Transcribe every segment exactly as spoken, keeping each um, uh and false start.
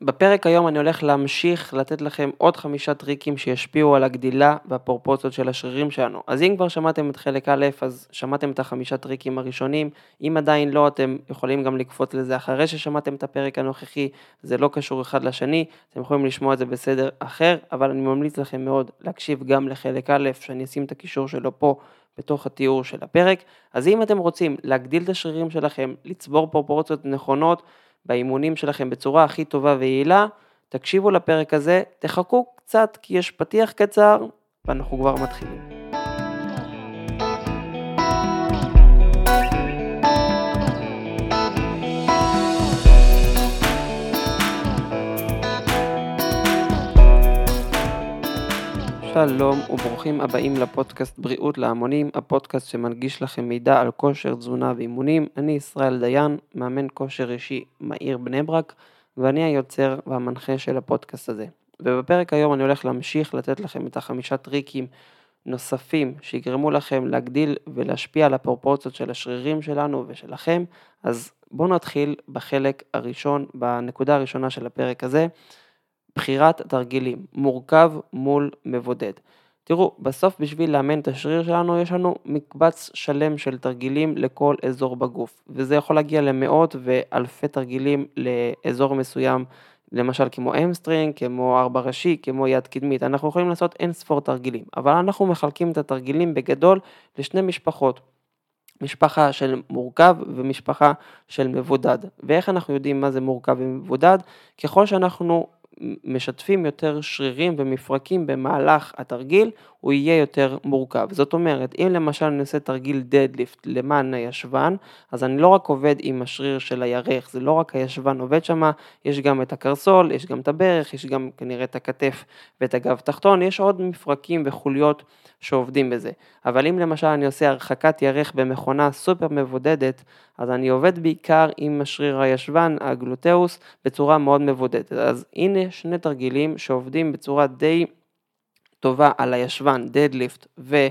בפרק היום אני הולך להמשיך לתת לכם עוד חמישה טריקים שישפיעו על הגדילה והפרופורציות של השרירים שלנו. אז אם כבר שמעתם את חלק א', אז שמעתם את החמישה טריקים הראשונים. אם עדיין לא, אתם יכולים גם לקפוץ לזה אחרי ששמעתם את הפרק הנוכחי, זה לא קשור אחד לשני, אתם יכולים לשמוע את זה בסדר אחר, אבל אני ממליץ לכם מאוד להקשיב גם לחלק א', שאני אשים את הקישור שלו פה בתוך התיאור של הפרק. אז אם אתם רוצים להגדיל את השרירים שלכם, לצבור פרופורציות נכונות, באימונים שלכם בצורה הכי טובה ויעילה, תקשיבו לפרק הזה, תחכו קצת כי יש פתיח קצר ואנחנו כבר מתחילים. שלום וברוכים הבאים לפודקאסט בריאות להמונים, הפודקאסט שמנגיש לכם מידע על כושר, תזונה ואימונים. אני ישראל דיין, מאמן כושר אישי מהיר בני ברק, ואני היוצר והמנחה של הפודקאסט הזה. ובפרק היום אני הולך להמשיך לתת לכם את החמישה טריקים נוספים שיגרמו לכם להגדיל ולהשפיע על הפרופורציות של השרירים שלנו ושלכם. אז בואו נתחיל בחלק הראשון, בנקודה הראשונה של הפרק הזה, בחירת תרגילים, מורכב מול מבודד. תראו, בסוף בשביל לאמן את השריר שלנו, יש לנו מקבץ שלם של תרגילים לכל אזור בגוף, וזה יכול להגיע למאות ואלפי תרגילים לאזור מסוים, למשל כמו אמסטרינג, כמו ארבע ראשי, כמו יד קדמית. אנחנו יכולים לעשות אין ספור תרגילים, אבל אנחנו מחלקים את התרגילים בגדול לשני משפחות. משפחה של מורכב ומשפחה של מבודד. ואיך אנחנו יודעים מה זה מורכב ומבודד? ככל שאנחנו משתפים יותר שרירים ומפרקים במהלך התרגיל, הוא יהיה יותר מורכב. זאת אומרת, אם למשל אני עושה תרגיל דדליפט למען הישבן, אז אני לא רק עובד עם השריר של הירך, זה לא רק הישבן עובד שם, יש גם את הקרסול, יש גם את הברך, יש גם כנראה את הכתף ואת הגב תחתון, יש עוד מפרקים וחוליות שעובדים בזה. אבל אם למשל אני עושה הרחקת ירך במכונה סופר מבודדת, אז אני עובד בעיקר עם השריר הישבן, הגלוטאוס, בצורה מאוד מבודדת. אז הנה שני תרגילים שעובדים בצורה די טובה על הישבן, דדליפט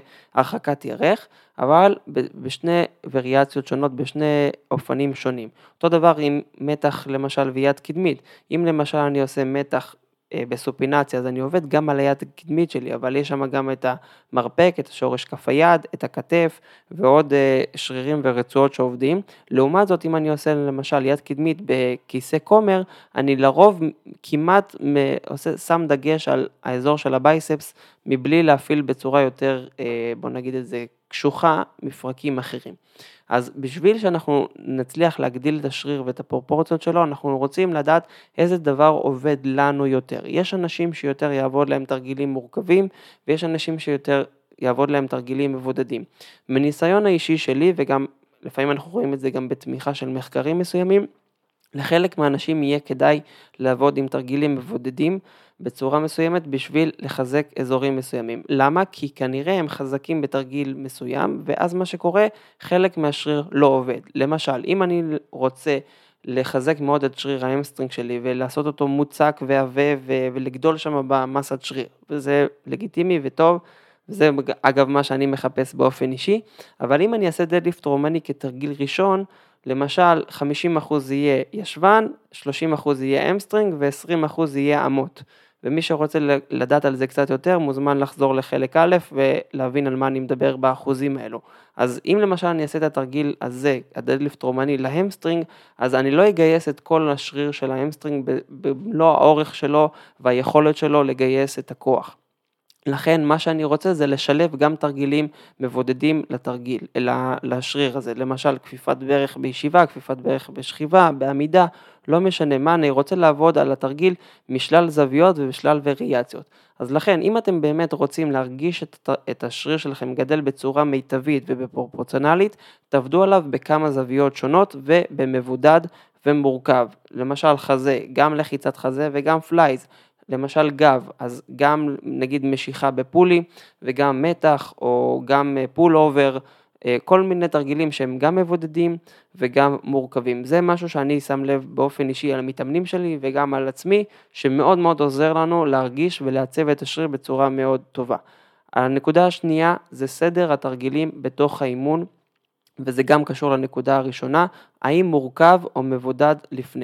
והרחקת ירך, אבל בשני וריאציות שונות, בשני אופנים שונים. אותו דבר עם מתח למשל ויד קדמית. אם למשל אני עושה מתח בסופינציה, אז אני עובד גם על היד הקדמית שלי, אבל יש שם גם את המרפק, את השורש כף היד, את הכתף, ועוד שרירים ורצועות שעובדים. לעומת זאת, אם אני עושה למשל יד קדמית בכיסא כומר, אני לרוב כמעט עושה, שם דגש על האזור של הבייספס, מבלי להפעיל בצורה יותר, בוא נגיד את זה, קשוחה מפרקים אחרים. אז בשביל שאנחנו נצליח להגדיל את השריר ואת הפרופורציות שלו, אנחנו רוצים לדעת איזה דבר עובד לנו יותר. יש אנשים שיותר יעבוד להם תרגילים מורכבים, ויש אנשים שיותר יעבוד להם תרגילים מבודדים. מניסיון האישי שלי, וגם לפעמים אנחנו רואים את זה גם בתמיכה של מחקרים מסוימים, לחלק מהאנשים יהיה כדאי לעבוד עם תרגילים מבודדים בצורה מסוימת בשביל לחזק אזורים מסוימים. למה? כי כנראה הם חזקים בתרגיל מסוים, ואז מה שקורה, חלק מהשריר לא עובד. למשל, אם אני רוצה לחזק מאוד את שריר האמסטרינג שלי, ולעשות אותו מוצק ועבה ולגדול שם במסת שריר, וזה לגיטימי וטוב, וזה אגב מה שאני מחפש באופן אישי, אבל אם אני אעשה דדליפט רומני כתרגיל ראשון, למשל חמישים אחוז יהיה ישבן, שלושים אחוז יהיה אמסטרינג ו-עשרים אחוז יהיה אמות. ומי שרוצה לדעת על זה קצת יותר, מוזמן לחזור לחלק א' ולהבין על מה אני מדבר באחוזים האלו. אז אם למשל אני אעשה את התרגיל הזה, הדדליפט רומני להמסטרינג, אז אני לא אגייס את כל השריר של ההמסטרינג במלוא האורך שלו והיכולת שלו לגייס את הכוח. לכן מה שאני רוצה זה לשלב גם תרגילים מבודדים לתרגיל, לשריר הזה, למשל כפיפת ברך בישיבה, כפיפת ברך בשכיבה, בעמידה, לא משנה מה, אני רוצה לעבוד על התרגיל משלל זוויות ובשלל וריאציות. אז לכן אם אתם באמת רוצים להרגיש את, את השריר שלכם גדל בצורה מיטבית ובפרופורציונלית, תעבדו עליו בכמה זוויות שונות ובמבודד ומורכב, למשל חזה, גם לחיצת חזה וגם פלייז, למשל גב, אז גם נגיד משיכה בפולי וגם מתח או גם פול אובר, כל מיני תרגילים שהם גם מבודדים וגם מורכבים. זה משהו שאני שם לב באופן אישי על המתאמנים שלי וגם על עצמי, שמאוד מאוד עוזר לנו להרגיש ולעצב את השריר בצורה מאוד טובה. הנקודה השנייה זה סדר התרגילים בתוך האימון, וזה גם קשור לנקודה הראשונה, האם מורכב או מבודד לפני.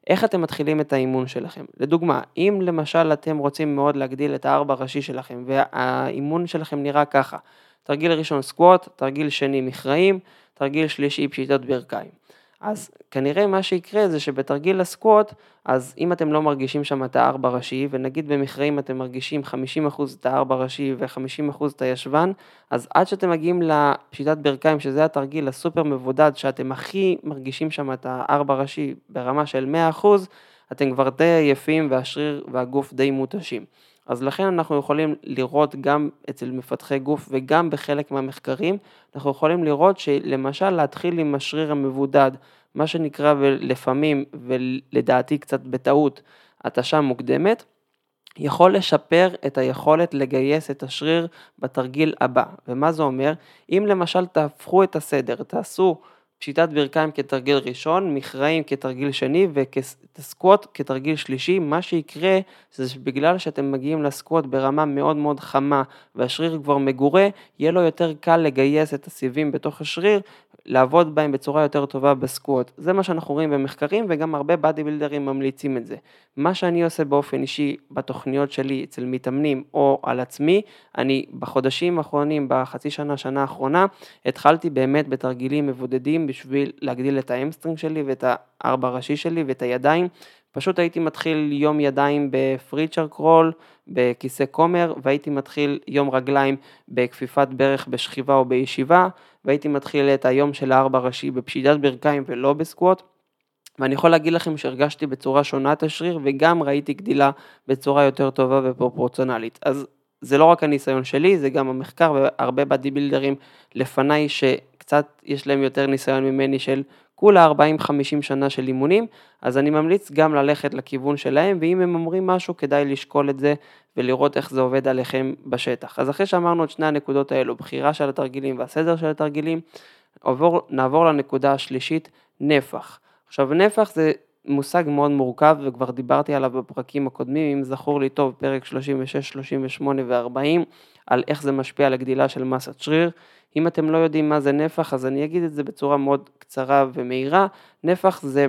איך אתם מתחילים את האימון שלכם? לדוגמה, אם למשל אתם רוצים מאוד להגדיל את הארבע ראשי שלכם, והאימון שלכם נראה ככה, תרגיל ראשון סקווט, תרגיל שני מכרעים, תרגיל שלישי פשיטות ברכיים. אז כנראה מה שיקרה זה שבתרגיל הסקווט, אז אם אתם לא מרגישים שם את הארבע ראשי, ונגיד במכרעים אתם מרגישים חמישים אחוז את הארבע ראשי ו-חמישים אחוז את הישבן, אז עד שאתם מגיעים לפשיטת ברכיים, שזה התרגיל הסופר מבודד, שאתם הכי מרגישים שם את הארבע ראשי ברמה של מאה אחוז, אתם כבר די עייפים והשריר והגוף די מותשים. אז לכן אנחנו יכולים לראות גם אצל מפתחי גוף וגם בחלק מהמחקרים, אנחנו יכולים לראות שלמשל להתחיל עם השריר המבודד, מה שנקרא ולפעמים ולדעתי קצת בטעות, התשה מוקדמת, יכול לשפר את היכולת לגייס את השריר בתרגיל הבא. ומה זה אומר? אם למשל תהפכו את הסדר, תעשו פשיטת ברכיים כתרגיל ראשון, מכרעים כתרגיל שני וסקווט כתרגיל שלישי, מה שיקרה זה שבגלל שאתם מגיעים לסקווט ברמה מאוד מאוד חמה והשריר כבר מגורה, יהיה לו יותר קל לגייס את הסיבים בתוך השריר, לעבוד בהם בצורה יותר טובה בסקווט. זה מה שאנחנו רואים במחקרים וגם הרבה בדי בילדרים ממליצים את זה. מה שאני עושה באופן אישי בתוכניות שלי אצל מתאמנים או על עצמי, אני בחודשים האחרונים, בחצי שנה, שנה האחרונה, התחלתי באמת בתרגילים מבודדים בשביל להגדיל את האמסטרינג שלי ואת הארבע ראשי שלי ואת הידיים. פשוט הייתי מתחיל יום ידיים בפריצ'ר קרול, בכיסא כומר, והייתי מתחיל יום רגליים בכפיפת ברך בשכיבה או בישיבה, והייתי מתחיל את היום של הארבע ראשי בפשיטת ברכיים ולא בסקווט, ואני יכול להגיד לכם שהרגשתי בצורה שונה את השריר, וגם ראיתי גדילה בצורה יותר טובה ופרופורציונלית. אז זה לא רק הניסיון שלי, זה גם המחקר, והרבה בדי בילדרים לפניי שקצת יש להם יותר ניסיון ממני של כולה ארבעים חמישים שנה של אימונים, אז אני ממליץ גם ללכת לכיוון שלהם, ואם הם אומרים משהו כדאי לשקול את זה, ולראות איך זה עובד עליכם בשטח. אז אחרי שאמרנו את שני הנקודות האלו, בחירה של התרגילים והסדר של התרגילים, עבור, נעבור לנקודה השלישית, נפח. עכשיו נפח זה מושג מאוד מורכב וכבר דיברתי עליו בפרקים הקודמים, אם זכור לי טוב, פרק שלושים ושש, שלושים ושמונה ו-ארבעים, על איך זה משפיע על הגדילה של מסת שריר. אם אתם לא יודעים מה זה נפח, אז אני אגיד את זה בצורה מאוד קצרה ומהירה. נפח זה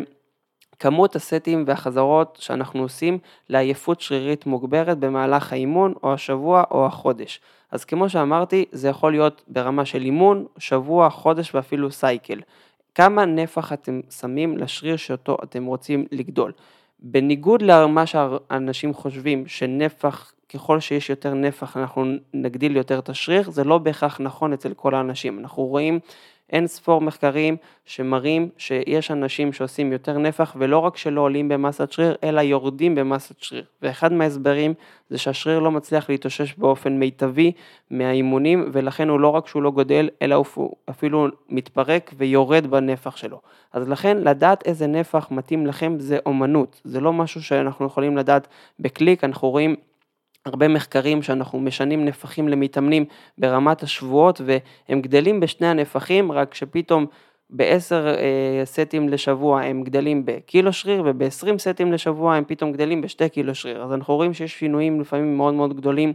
כמות הסטים והחזרות שאנחנו עושים לעייפות שרירית מוגברת במהלך האימון או השבוע או החודש. אז כמו שאמרתי, זה יכול להיות ברמה של אימון, שבוע, חודש ואפילו סייקל. כמה נפח אתם שמים לשריר שאותו אתם רוצים לגדול. בניגוד למה שהאנשים חושבים שנפח, ככל שיש יותר נפח אנחנו נגדיל יותר את השריר, זה לא בהכרח נכון אצל כל האנשים. אנחנו רואים אין ספור מחקרים שמראים שיש אנשים שעושים יותר נפח ולא רק שלא עולים במסת שריר, אלא יורדים במסת שריר. ואחד מההסברים זה שהשריר לא מצליח להתאושש באופן מיטבי מהאימונים, ולכן הוא לא רק שהוא לא גודל, אלא הוא אפילו מתפרק ויורד בנפח שלו. אז לכן לדעת איזה נפח מתאים לכם זה אומנות, זה לא משהו שאנחנו יכולים לדעת בקליק. אנחנו רואים הרבה מחקרים שאנחנו משנים נפחים למתאמנים ברמת השבועות, והם גדלים בשני הנפחים, רק שפתאום בעשר אה, סטים לשבוע הם גדלים בקילו שריר, וב-עשרים סטים לשבוע הם פתאום גדלים בשתי קילו שריר. אז אנחנו רואים שיש שינויים לפעמים מאוד מאוד גדולים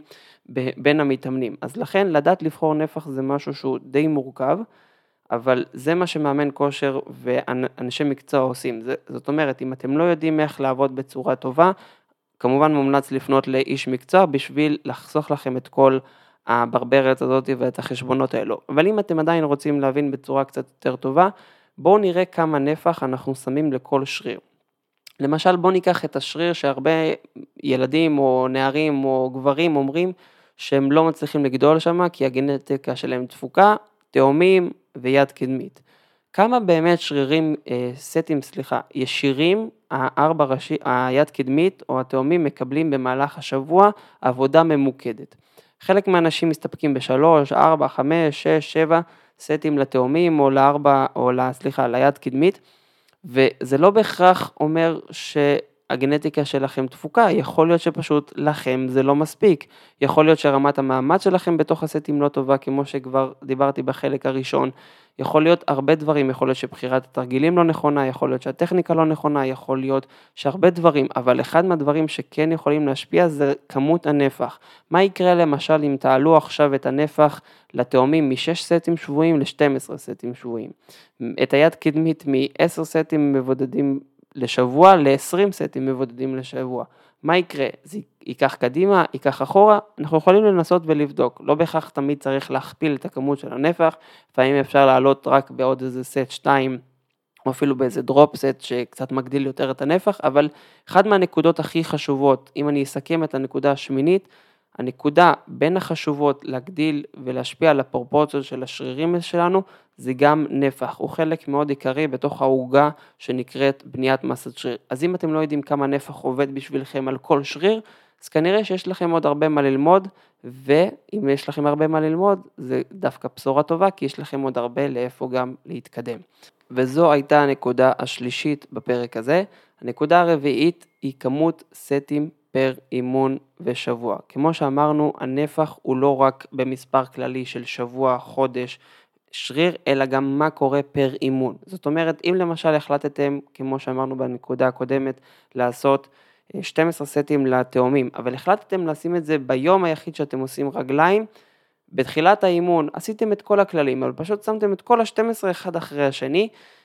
בין המתאמנים. אז לכן לדעת לבחור נפח זה משהו שהוא די מורכב, אבל זה מה שמאמן כושר ואנשי מקצוע עושים. זאת אומרת, אם אתם לא יודעים איך לעבוד בצורה טובה, כמובן מומלץ לפנות לאיש מקצוע בשביל לחסוך לכם את כל הברברת הזאת ואת החשבונות האלו. אבל אם אתם עדיין רוצים להבין בצורה קצת יותר טובה, בואו נראה כמה נפח אנחנו שמים לכל שריר. למשל בואו ניקח את השריר שהרבה ילדים או נערים או גברים אומרים שהם לא מצליחים לגדול שם כי הגנטיקה שלהם דפוקה, תאומים ויד קדמית. כמה באמת שרירים, סטים, סליחה, ישירים, הארבע ראשי, היד קדמית או התאומים מקבלים במהלך השבוע עבודה ממוקדת. חלק מהאנשים מסתפקים בשלוש, ארבע, חמש, שש, שבע סטים לתאומים או לארבע, או סליחה, ליד קדמית, וזה לא בהכרח אומר שהגנטיקה שלכם דפוקה, יכול להיות שפשוט לכם זה לא מספיק, יכול להיות שרמת המאמץ שלכם בתוך הסטים לא טובה, כמו שכבר דיברתי בחלק הראשון, יכול להיות הרבה דברים, יכול להיות שבחירת התרגילים לא נכונה, יכול להיות שהטכניקה לא נכונה, יכול להיות שהרבה דברים, אבל אחד מהדברים שכן יכולים להשפיע זה כמות הנפח. מה יקרה למשל אם תעלו עכשיו את הנפח לתאומים מ-שש סטים שבועים ל-שנים עשר סטים שבועים? את היד קדמית מ-עשרה סטים מבודדים לשבוע ל-עשרים סטים מבודדים לשבוע. מה יקרה? זה ייקח קדימה, ייקח אחורה, אנחנו יכולים לנסות ולבדוק, לא בהכרח תמיד צריך להכפיל את הכמות של הנפח, לפעמים אפשר לעלות רק בעוד איזה סט שתיים, או אפילו באיזה דרופ סט שקצת מגדיל יותר את הנפח, אבל אחד מהנקודות הכי חשובות, אם אני אסכם את הנקודה השמינית, הנקודה בין החשובות להגדיל ולהשפיע על הפרופורציות של השרירים שלנו, זה גם נפח, הוא חלק מאוד עיקרי בתוך העוגה שנקראת בניית מסת שריר. אז אם אתם לא יודעים כמה נפח עובד בשבילכם על כל שריר, אז כנראה שיש לכם עוד הרבה מה ללמוד, ואם יש לכם הרבה מה ללמוד, זה דווקא בשורה טובה, כי יש לכם עוד הרבה לאיפה גם להתקדם. וזו הייתה הנקודה השלישית בפרק הזה. הנקודה הרביעית היא כמות סטים פר אימון ושבוע. כמו שאמרנו, הנפח הוא לא רק במספר כללי של שבוע, חודש, שריר, אלא גם מה קורה פר אימון. זאת אומרת, אם למשל החלטתם, כמו שאמרנו בנקודה הקודמת, לעשות שנים עשר סטים לתאומים, אבל החלטתם לשים את זה ביום היחיד שאתם עושים רגליים, בתחילת האימון עשיתם את כל הכללים, אבל פשוט שמתם את כל ה-שתים עשרה אחד אחרי השני,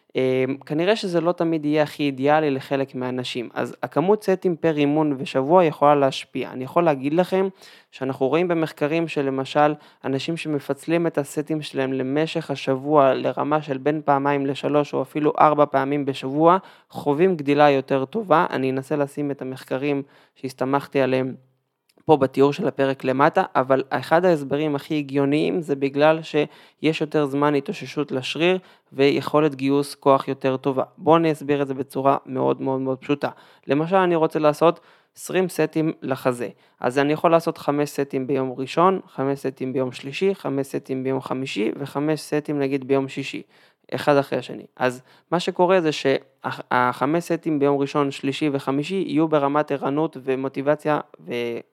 כנראה שזה לא תמיד יהיה הכי אידיאלי לחלק מהאנשים, אז הכמות סטים פר אימון ושבוע יכולה להשפיע. אני יכול להגיד לכם שאנחנו רואים במחקרים שלמשל אנשים שמפצלים את הסטים שלהם למשך השבוע לרמה של בין פעמיים לשלוש או אפילו ארבע פעמים בשבוע, חווים גדילה יותר טובה. אני אנסה לשים את המחקרים שהסתמכתי עליהם פה בתיאור של הפרק למטה, אבל אחד ההסברים הכי הגיוניים זה בגלל שיש יותר זמן התאוששות לשריר ויכולת גיוס כוח יותר טובה. בואו אני אסביר את זה בצורה מאוד מאוד מאוד פשוטה. למשל אני רוצה לעשות עשרים סטים לחזה, אז אני יכול לעשות חמש סטים ביום ראשון, חמש סטים ביום שלישי, חמש סטים ביום חמישי וחמש סטים נגיד ביום שישי. אחד אחרי השני. אז מה שקורה זה שהחמש סטים ביום ראשון, שלישי וחמישי יהיו ברמת ערנות ומוטיבציה ו...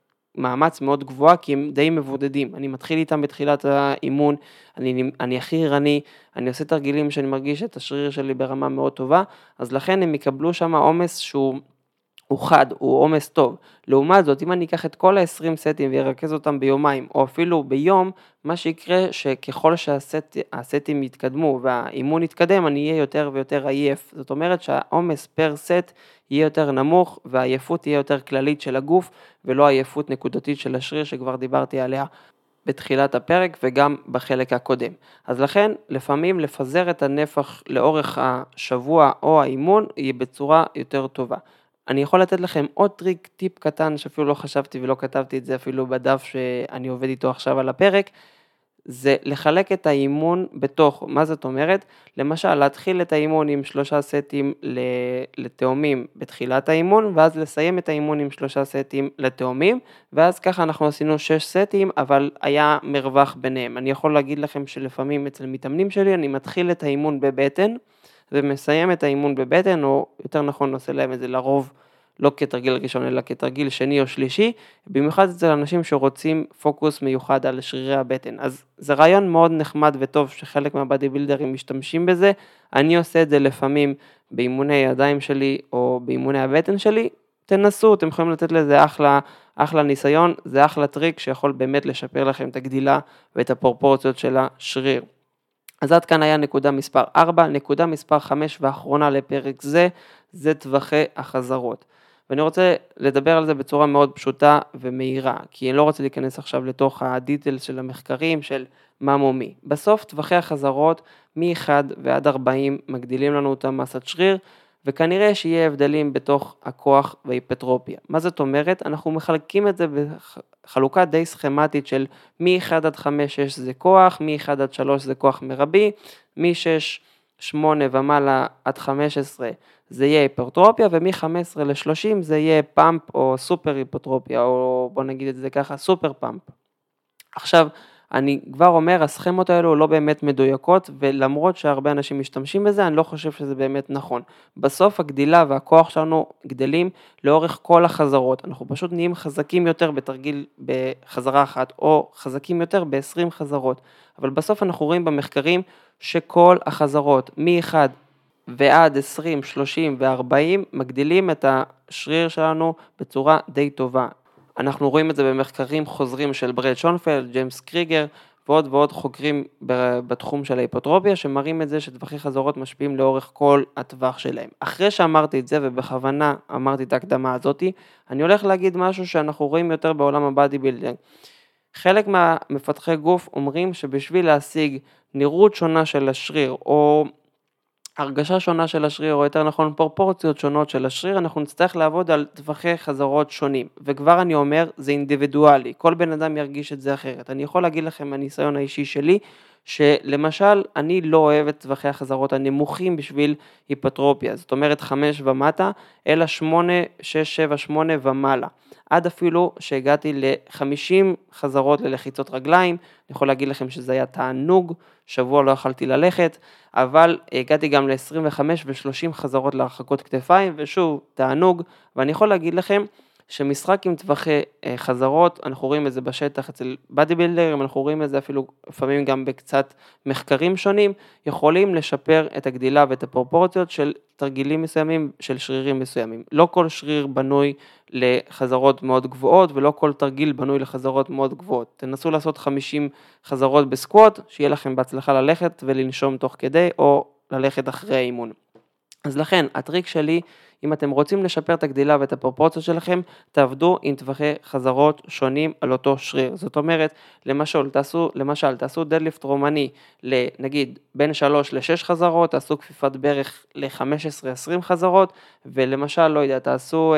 מאמץ מאוד גבוה, כי הם די מבודדים. אני מתחיל איתם בתחילת האימון, אני, אני הכי ערני, אני עושה תרגילים שאני מרגיש את השריר שלי ברמה מאוד טובה, אז לכן הם יקבלו שם עומס שהוא הוא חד, הוא עומס טוב. לעומת זאת, אם אני אקח את כל ה-עשרים סטים וירכז אותם ביומיים, או אפילו ביום, מה שיקרה שככל שהסטים יתקדמו והאימון יתקדם, אני אהיה יותר ויותר עייף. זאת אומרת שהעומס פר סט יהיה יותר נמוך, והעייפות תהיה יותר כללית של הגוף, ולא עייפות נקודתית של השריר שכבר דיברתי עליה בתחילת הפרק וגם בחלק הקודם. אז לכן, לפעמים לפזר את הנפח לאורך השבוע או האימון, יהיה בצורה יותר טובה. אני יכול לתת לכם עוד טריק, טיפ קטן שאפילו לא חשבתי ולא כתבתי את זה אפילו בדף שאני עובד איתו עכשיו על הפרק, זה לחלק את האימון בתוך, מה זאת אומרת? למשל, להתחיל את האימון עם שלושה סטים לתאומים בתחילת האימון, ואז לסיים את האימון עם שלושה סטים לתאומים, ואז ככה אנחנו עשינו שש סטים, אבל היה מרווח ביניהם. אני יכול להגיד לכם שלפעמים אצל מתאמנים שלי, אני מתחיל את האימון בבטן, ומסיים את האימון בבטן, או יותר נכון עושה להם את זה לרוב, לא כתרגיל ראשון, אלא כתרגיל שני או שלישי, במיוחד אצל אנשים שרוצים פוקוס מיוחד על שרירי הבטן. אז זה רעיון מאוד נחמד וטוב שחלק מהבאדי בילדרים משתמשים בזה, אני עושה את זה לפעמים באימוני הידיים שלי או באימוני הבטן שלי, תנסו, אתם יכולים לתת לזה אחלה, אחלה ניסיון, זה אחלה טריק שיכול באמת לשפר לכם את הגדילה ואת הפרופורציות של השריר. אז עד כאן היה נקודה מספר ארבע, נקודה מספר חמש ואחרונה לפרק זה, זה טווחי החזרות. ואני רוצה לדבר על זה בצורה מאוד פשוטה ומהירה, כי אני לא רוצה להיכנס עכשיו לתוך הדיטלס של המחקרים של מה מומי. בסוף טווחי החזרות מ-אחד ועד ארבעים מגדילים לנו את המסת שריר, וכנראה שיהיה הבדלים בתוך הכוח וההיפרטרופיה. מה זאת אומרת? אנחנו מחלקים את זה בחלוקה די סכמטית של מ-אחד עד חמש, שש זה כוח, מ-אחד עד שלוש זה כוח מרבי, מ-שש, שמונה ומעלה עד חמש עשרה זה יהיה היפרטרופיה, ומ-חמש עשרה ל-שלושים זה יהיה פאמפ או סופר היפרטרופיה, או בוא נגיד את זה ככה, סופר פאמפ. עכשיו, אני כבר אומר, הסכמות האלו לא באמת מדויקות, ולמרות שהרבה אנשים משתמשים בזה, אני לא חושב שזה באמת נכון. בסוף הגדילה והכוח שלנו גדלים לאורך כל החזרות. אנחנו פשוט נהיים חזקים יותר בתרגיל בחזרה אחת, או חזקים יותר ב-עשרים חזרות. אבל בסוף אנחנו רואים במחקרים שכל החזרות מ-אחד ועד עשרים, שלושים ו-ארבעים מגדילים את השריר שלנו בצורה די טובה. אנחנו רואים את זה במחקרים חוזרים של ברד שונפלד, ג'יימס קריגר, ועוד ועוד חוקרים בתחום של ההיפרטרופיה, שמראים את זה שטווחי חזרות משפיעים לאורך כל הטווח שלהם. אחרי שאמרתי את זה, ובכוונה אמרתי את ההקדמה הזאת, אני הולך להגיד משהו שאנחנו רואים יותר בעולם הבאדי בילדינג. חלק מהמפתחי גוף אומרים שבשביל להשיג נראות שונה של השריר, או הרגשה שונה של השריר, או יותר נכון פרופורציות שונות של השריר, אנחנו נצטרך לעבוד על טווחי חזרות שונים, וכבר אני אומר, זה אינדיבידואלי, כל בן אדם ירגיש את זה אחרת. אני יכול להגיד לכם מהניסיון האישי שלי, שלמשל אני לא אוהב את טווחי החזרות הנמוכים בשביל היפרטרופיה, זאת אומרת חמש ומטה, אלא שמונה, שש, שבע, שמונה ומעלה. עד אפילו שהגעתי ל-חמישים חזרות ללחיצות רגליים, אני יכול להגיד לכם שזה היה תענוג, שבוע לא יכלתי ללכת, אבל הגעתי גם ל-עשרים וחמש ו-שלושים חזרות להרחקות כתפיים, ושוב, תענוג, ואני יכול להגיד לכם, שמשחק עם טווחי חזרות, אנחנו רואים את זה בשטח אצל באדי בילדרים, אנחנו רואים את זה אפילו לפעמים גם בקצת מחקרים שונים, יכולים לשפר את הגדילה ואת הפרופורציות של תרגילים מסוימים, של שרירים מסוימים. לא כל שריר בנוי לחזרות מאוד גבוהות, ולא כל תרגיל בנוי לחזרות מאוד גבוהות. תנסו לעשות חמישים חזרות בסקווט, שיהיה לכם בהצלחה ללכת ולנשום תוך כדי, או ללכת אחרי האימון. אז לכן, הטריק שלי, אם אתם רוצים לשפר את הגדילה ואת הפרופורציות שלכם, תעבדו עם טווחי חזרות שונים על אותו שריר. זאת אומרת, למשל, תעשו, למשל, תעשו דדליפט רומני, נגיד, בין שלוש לשש חזרות, תעשו כפיפת ברך ל-חמש עשרה עשרים חזרות, ולמשל, לא יודע, תעשו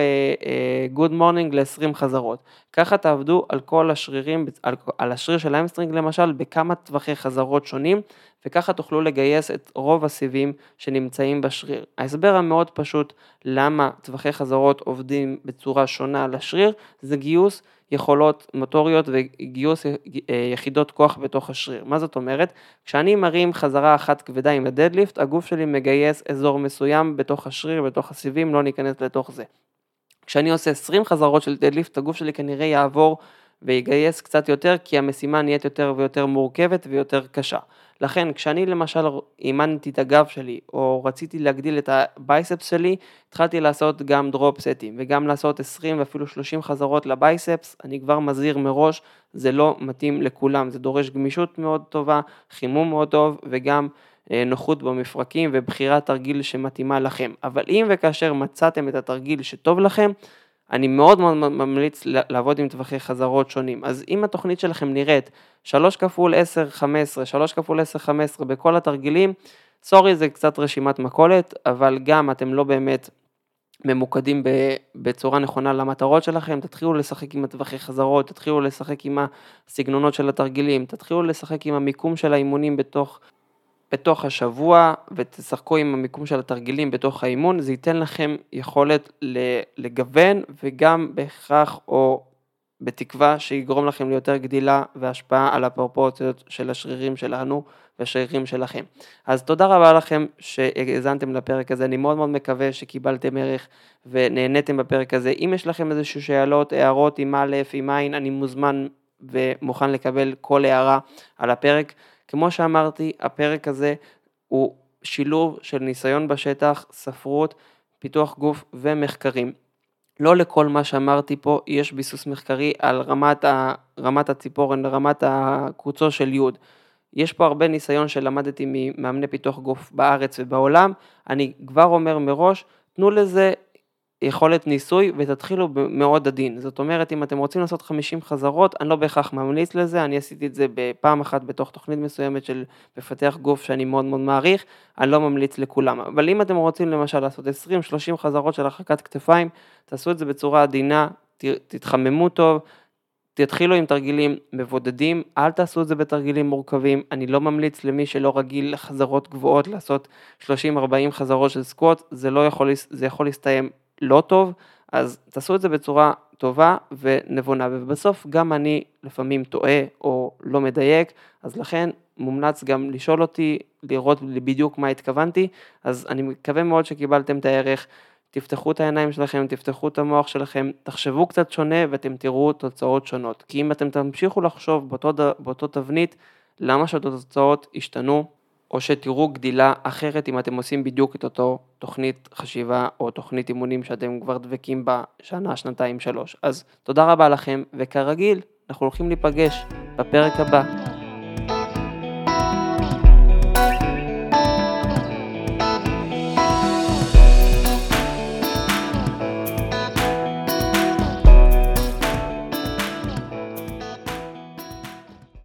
גוד מורנינג ל-עשרים חזרות. ככה תעבדו על כל השרירים, על, על השריר של האמסטרינג למשל, בכמה טווחי חזרות שונים, וככה תוכלו לגייס את רוב הסיבים שנמצאים בשריר. ההסבר המאוד פשוט למה טווחי חזרות עובדים בצורה שונה לשריר, זה גיוס יכולות מוטוריות וגיוס יחידות כוח בתוך השריר. מה זאת אומרת? כשאני מרים חזרה אחת כבדה עם הדדליפט, הגוף שלי מגייס אזור מסוים בתוך השריר, בתוך הסיבים, לא ניכנס לתוך זה. כשאני עושה עשרים חזרות של דדליפט, הגוף שלי כנראה יעבור ויגייס קצת יותר, כי המשימה נהיית יותר ויותר מורכבת ויותר קשה. לכן, כשאני למשל אימנתי את הגב שלי, או רציתי להגדיל את הבייספס שלי, התחלתי לעשות גם דרופ סטים, וגם לעשות עשרים ואפילו שלושים חזרות לבייספס, אני כבר מזהיר מראש, זה לא מתאים לכולם, זה דורש גמישות מאוד טובה, חימום מאוד טוב, וגם נוחות במפרקים, ובחירת תרגיל שמתאימה לכם. אבל אם וכאשר מצאתם את התרגיל שטוב לכם, אני מאוד מאוד ממליץ לעבוד עם טווחי חזרות שונים. אז אם התוכנית שלכם נראית שלוש כפול עשר חמש עשרה, שלוש כפול עשר חמש עשרה בכל התרגילים, סורי, זה קצת רשימת מכולת, אבל גם אתם לא באמת ממוקדים בצורה נכונה למטרות שלכם, תתחילו לשחק עם הטווחי חזרות, תתחילו לשחק עם הסגנונות של התרגילים, תתחילו לשחק עם המיקום של האימונים בתוך בתוך השבוע, ותשחקו עם המיקום של התרגילים בתוך האימון, זה ייתן לכם יכולת לגוון, וגם בהכרח או בתקווה שיגרום לכם ליותר גדילה והשפעה על הפרופורציות של השרירים שלנו והשרירים שלכם. אז תודה רבה לכם שהאזנתם לפרק הזה, אני מאוד מאוד מקווה שקיבלתם ערך ונהניתם בפרק הזה. אם יש לכם איזשהו שאלות, הערות, עם א', עם עין, אני מוזמן ומוכן לקבל כל הערה על הפרק. כמו שאמרתי, הפרק הזה הוא שילוב של ניסיון בשטח, ספרות, פיתוח גוף ומחקרים. לא לכל מה שאמרתי פה יש ביסוס מחקרי על רמת, ה, רמת הציפורן, רמת הקוצו של יוד. יש פה הרבה ניסיון שלמדתי ממאמני פיתוח גוף בארץ ובעולם. אני כבר אומר מראש, תנו לזה יכולת ניסוי ותתחילו מאוד עדין. זאת אומרת, אם אתם רוצים לעשות חמישים חזרות, אני לא בהכרח ממליץ לזה, אני עשיתי את זה בפעם אחת בתוך תוכנית מסוימת של מפתח גוף שאני מאוד מאוד מעריך, אני לא ממליץ לכולם. אבל אם אתם רוצים למשל לעשות עשרים שלושים חזרות של הרחקת כתפיים, תעשו את זה בצורה עדינה, תתחממו טוב, תתחילו עם תרגילים מבודדים, אל תעשו את זה בתרגילים מורכבים, אני לא ממליץ למי שלא רגיל לחזרות גבוהות, לעשות שלושים ארבעים חזרות של סקווט, זה לא יכול, זה יכול להסתיים לא טוב, אז תעשו את זה בצורה טובה ונבונה, ובסוף גם אני לפעמים טועה או לא מדייק, אז לכן מומלץ גם לשאול אותי, לראות בדיוק מה התכוונתי, אז אני מקווה מאוד שקיבלתם את הערך, תפתחו את העיניים שלכם, תפתחו את המוח שלכם, תחשבו קצת שונה ואתם תראו תוצאות שונות, כי אם אתם תמשיכו לחשוב באותו, באותו תבנית, למה שהתוצאות ישתנו, או שתראו גדילה אחרת אם אתם עושים בדיוק את אותו תוכנית חשיבה או תוכנית אימונים שאתם כבר דבקים בה שנה, שנתיים, שלוש. אז תודה רבה לכם, וכרגיל אנחנו הולכים להיפגש בפרק הבא.